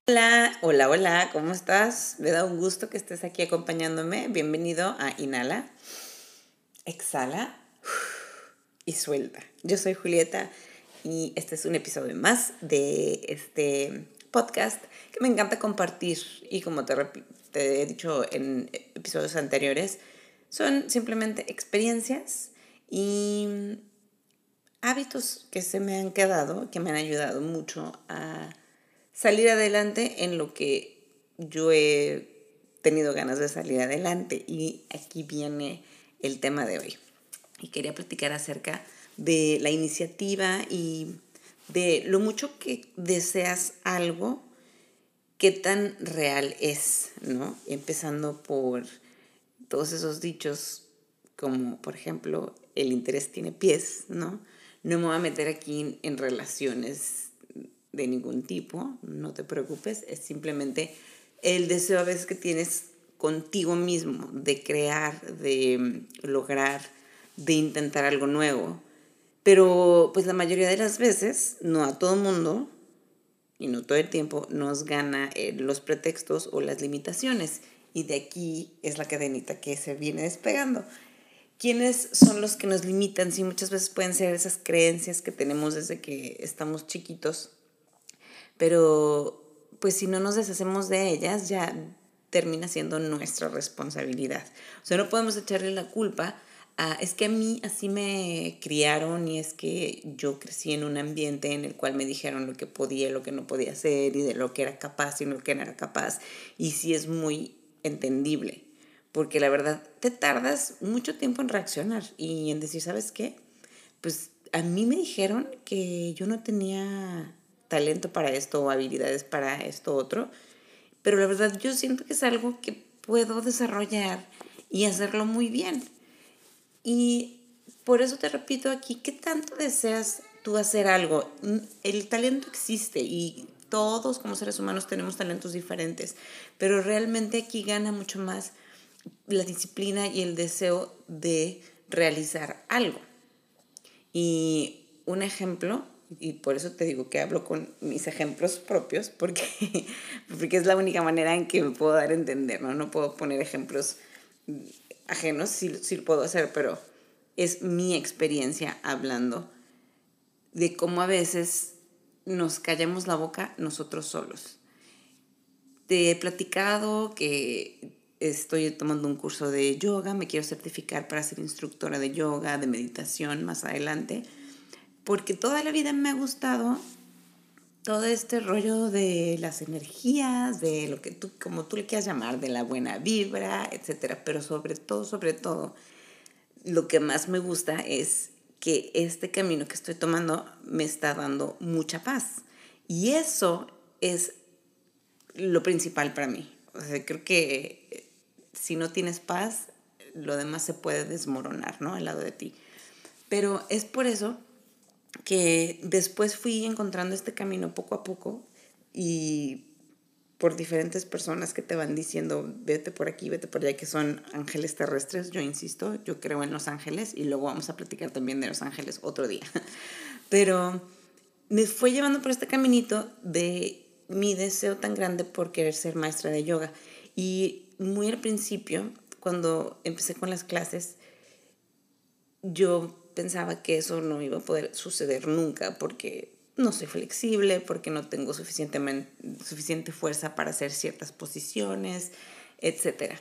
Hola, hola, hola, ¿cómo estás? Me da un gusto que estés aquí acompañándome. Bienvenido a Inhala, Exhala y Suelta. Yo soy Julieta y este es un episodio más de este podcast que me encanta compartir y como te he dicho en episodios anteriores, son simplemente experiencias y hábitos que se me han quedado, que me han ayudado mucho a salir adelante en lo que yo he tenido ganas de salir adelante. Y aquí viene el tema de hoy. Y quería platicar acerca de la iniciativa y de lo mucho que deseas algo, qué tan real es, ¿no? Empezando por todos esos dichos como, por ejemplo, el interés tiene pies, ¿no? No me voy a meter aquí en relaciones de ningún tipo, no te preocupes, es simplemente el deseo a veces que tienes contigo mismo de crear, de lograr, de intentar algo nuevo. Pero pues la mayoría de las veces, no a todo mundo, y no todo el tiempo, nos gana los pretextos o las limitaciones. Y de aquí es la cadenita que se viene despegando. ¿Quiénes son los que nos limitan? Sí, muchas veces pueden ser esas creencias que tenemos desde que estamos chiquitos, pero pues si no nos deshacemos de ellas ya termina siendo nuestra responsabilidad. O sea, no podemos echarle la culpa a, es que a mí así me criaron y es que yo crecí en un ambiente en el cual me dijeron lo que podía y lo que no podía hacer y de lo que era capaz y lo que no era capaz. Y sí es muy entendible, porque la verdad te tardas mucho tiempo en reaccionar y en decir, ¿sabes qué? Pues a mí me dijeron que yo no tenía talento para esto o habilidades para esto otro, pero la verdad yo siento que es algo que puedo desarrollar y hacerlo muy bien. Y por eso te repito aquí, ¿qué tanto deseas tú hacer algo? El talento existe y todos como seres humanos tenemos talentos diferentes, pero realmente aquí gana mucho más la disciplina y el deseo de realizar algo. Y un ejemplo, y por eso te digo que hablo con mis ejemplos propios, porque es la única manera en que me puedo dar a entender, ¿no? No puedo poner ejemplos ajenos, sí lo puedo hacer, pero es mi experiencia hablando de cómo a veces nos callamos la boca nosotros solos. Te he platicado que estoy tomando un curso de yoga, me quiero certificar para ser instructora de yoga, de meditación más adelante, porque toda la vida me ha gustado todo este rollo de las energías, de lo que tú, como tú le quieras llamar, de la buena vibra, etcétera. Pero sobre todo, lo que más me gusta es que este camino que estoy tomando me está dando mucha paz. Y eso es lo principal para mí. O sea, creo que si no tienes paz, lo demás se puede desmoronar, ¿no? Al lado de ti. Pero es por eso que después fui encontrando este camino poco a poco y por diferentes personas que te van diciendo vete por aquí, vete por allá, que son ángeles terrestres. Yo insisto, yo creo en los ángeles y luego vamos a platicar también de los ángeles otro día. Pero me fue llevando por este caminito de mi deseo tan grande por querer ser maestra de yoga. Y muy al principio, cuando empecé con las clases, yo pensaba que eso no iba a poder suceder nunca porque no soy flexible, porque no tengo suficiente fuerza para hacer ciertas posiciones, etcétera.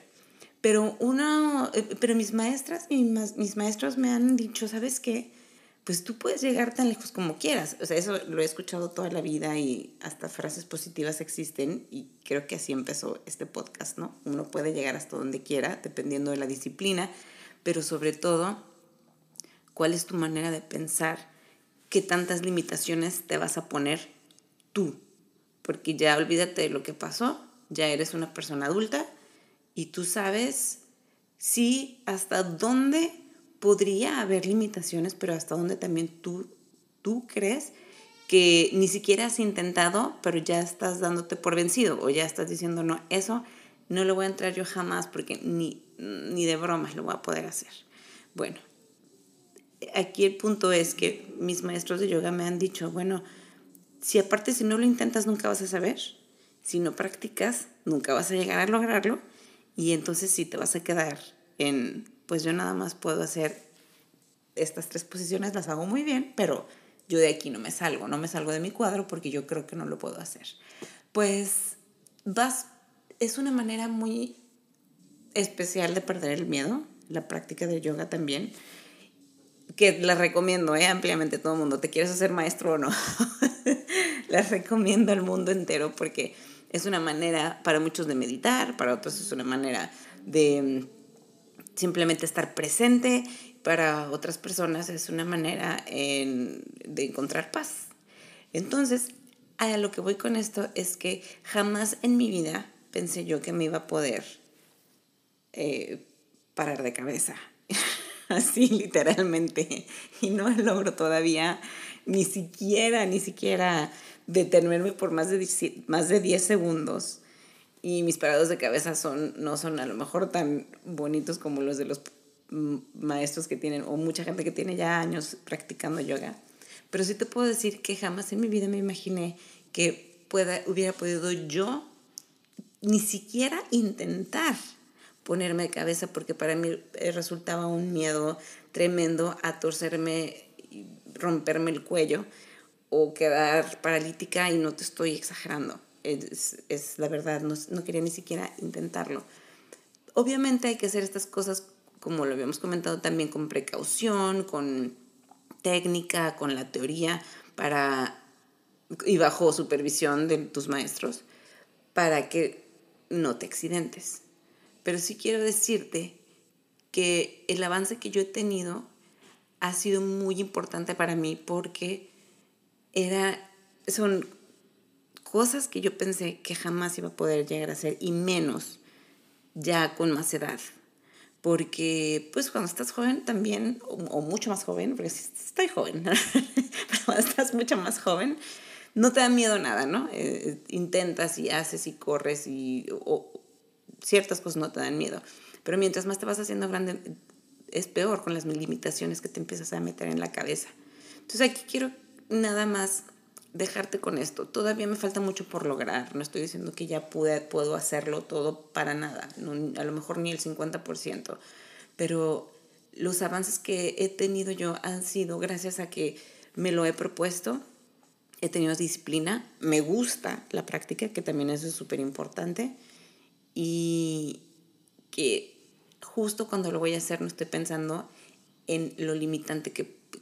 Pero mis maestras y mis maestros me han dicho, ¿sabes qué? Pues tú puedes llegar tan lejos como quieras. O sea, eso lo he escuchado toda la vida y hasta frases positivas existen y creo que así empezó este podcast, ¿no? Uno puede llegar hasta donde quiera dependiendo de la disciplina, pero sobre todo cuál es tu manera de pensar, qué tantas limitaciones te vas a poner tú, porque ya olvídate de lo que pasó, ya eres una persona adulta y tú sabes sí hasta dónde podría haber limitaciones, pero hasta dónde también tú crees que ni siquiera has intentado, pero ya estás dándote por vencido o ya estás diciendo, no, eso no lo voy a entrar yo jamás porque ni de bromas lo voy a poder hacer. Bueno, aquí el punto es que mis maestros de yoga me han dicho, bueno, si aparte si no lo intentas nunca vas a saber Si no practicas, nunca vas a llegar a lograrlo y entonces sí te vas a quedar en, pues yo nada más puedo hacer estas 3 posiciones, las hago muy bien, pero yo de aquí no me salgo de mi cuadro porque yo creo que no lo puedo hacer. Pues es una manera muy especial de perder el miedo, la práctica de yoga también, que la recomiendo ampliamente a todo el mundo. ¿Te quieres hacer maestro o no? La recomiendo al mundo entero porque es una manera para muchos de meditar, para otros es una manera de simplemente estar presente, para otras personas es una manera de encontrar paz. Entonces, a lo que voy con esto es que jamás en mi vida pensé yo que me iba a poder parar de cabeza. Así literalmente. Y no logro todavía ni siquiera detenerme por más de 10 segundos. Y mis parados de cabeza no son a lo mejor tan bonitos como los de los maestros que tienen, o mucha gente que tiene ya años practicando yoga. Pero sí te puedo decir que jamás en mi vida me imaginé que hubiera podido yo ni siquiera intentar ponerme de cabeza, porque para mí resultaba un miedo tremendo a torcerme y romperme el cuello o quedar paralítica, y no te estoy exagerando. Es la verdad, no quería ni siquiera intentarlo. Obviamente hay que hacer estas cosas, como lo habíamos comentado, también con precaución, con técnica, con la teoría, y bajo supervisión de tus maestros, para que no te accidentes. Pero sí quiero decirte que el avance que yo he tenido ha sido muy importante para mí porque son cosas que yo pensé que jamás iba a poder llegar a hacer, y menos ya con más edad. Porque pues cuando estás joven también, o mucho más joven, porque estoy joven, ¿no? Pero cuando estás mucho más joven, no te da miedo nada, ¿no? Intentas y haces y corres o ciertas cosas no te dan miedo. Pero mientras más te vas haciendo grande, es peor con las limitaciones que te empiezas a meter en la cabeza. Entonces aquí quiero nada más dejarte con esto. Todavía me falta mucho por lograr. No estoy diciendo que ya puedo hacerlo todo para nada. No, a lo mejor ni el 50%. Pero los avances que he tenido yo han sido gracias a que me lo he propuesto. He tenido disciplina. Me gusta la práctica, que también eso es súper importante. Y que justo cuando lo voy a hacer no estoy pensando en lo limitante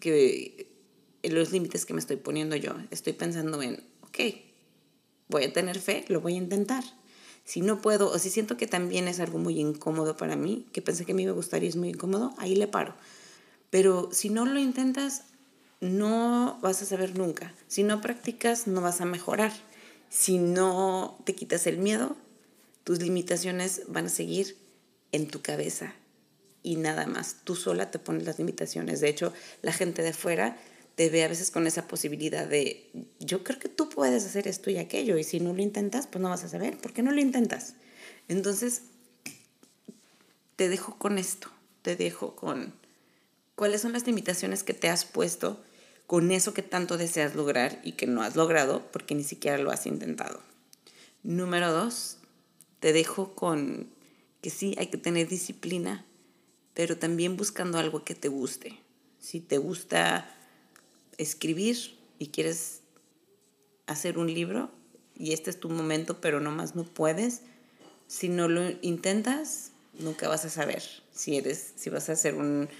en los límites que me estoy poniendo yo. Estoy pensando en, ok, voy a tener fe, lo voy a intentar. Si no puedo, o si siento que también es algo muy incómodo para mí, que pensé que a mí me gustaría y es muy incómodo, ahí le paro. Pero si no lo intentas, no vas a saber nunca. Si no practicas, no vas a mejorar. Si no te quitas el miedo, tus limitaciones van a seguir en tu cabeza y nada más. Tú sola te pones las limitaciones. De hecho, la gente de fuera te ve a veces con esa posibilidad de, yo creo que tú puedes hacer esto y aquello, y si no lo intentas, pues no vas a saber. ¿Por qué no lo intentas? Entonces, te dejo con esto. Te dejo con cuáles son las limitaciones que te has puesto con eso que tanto deseas lograr y que no has logrado porque ni siquiera lo has intentado. Número 2, te dejo con que sí, hay que tener disciplina, pero también buscando algo que te guste. Si te gusta escribir y quieres hacer un libro y este es tu momento, pero nomás no puedes, si no lo intentas, nunca vas a saber si vas a ser un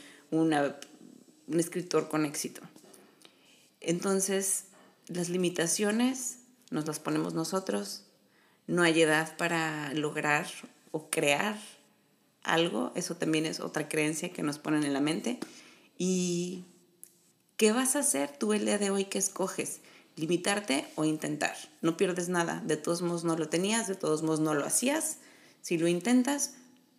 escritor con éxito. Entonces, las limitaciones nos las ponemos nosotros. No hay edad para lograr o crear algo. Eso también es otra creencia que nos ponen en la mente. ¿Y qué vas a hacer tú el día de hoy? ¿Qué escoges? ¿Limitarte o intentar? No pierdes nada. De todos modos no lo tenías, de todos modos no lo hacías. Si lo intentas,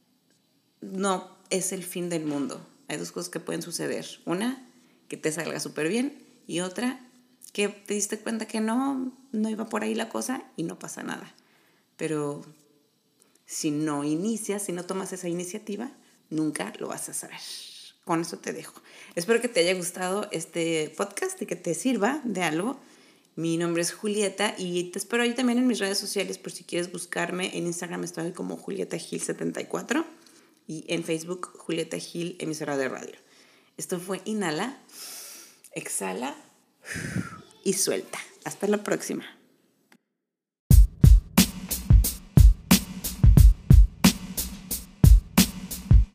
no es el fin del mundo. Hay 2 cosas que pueden suceder. Una, que te salga súper bien, y otra, que te diste cuenta que no iba por ahí la cosa y no pasa nada. Pero si no inicias, si no tomas esa iniciativa, nunca lo vas a saber. Con eso te dejo. Espero que te haya gustado este podcast y que te sirva de algo. Mi nombre es Julieta y te espero ahí también en mis redes sociales por si quieres buscarme. En Instagram estoy como Julieta Gil 74 y en Facebook Julieta Gil, emisora de radio. Esto fue Inhala, Exhala y Suelta. Hasta la próxima.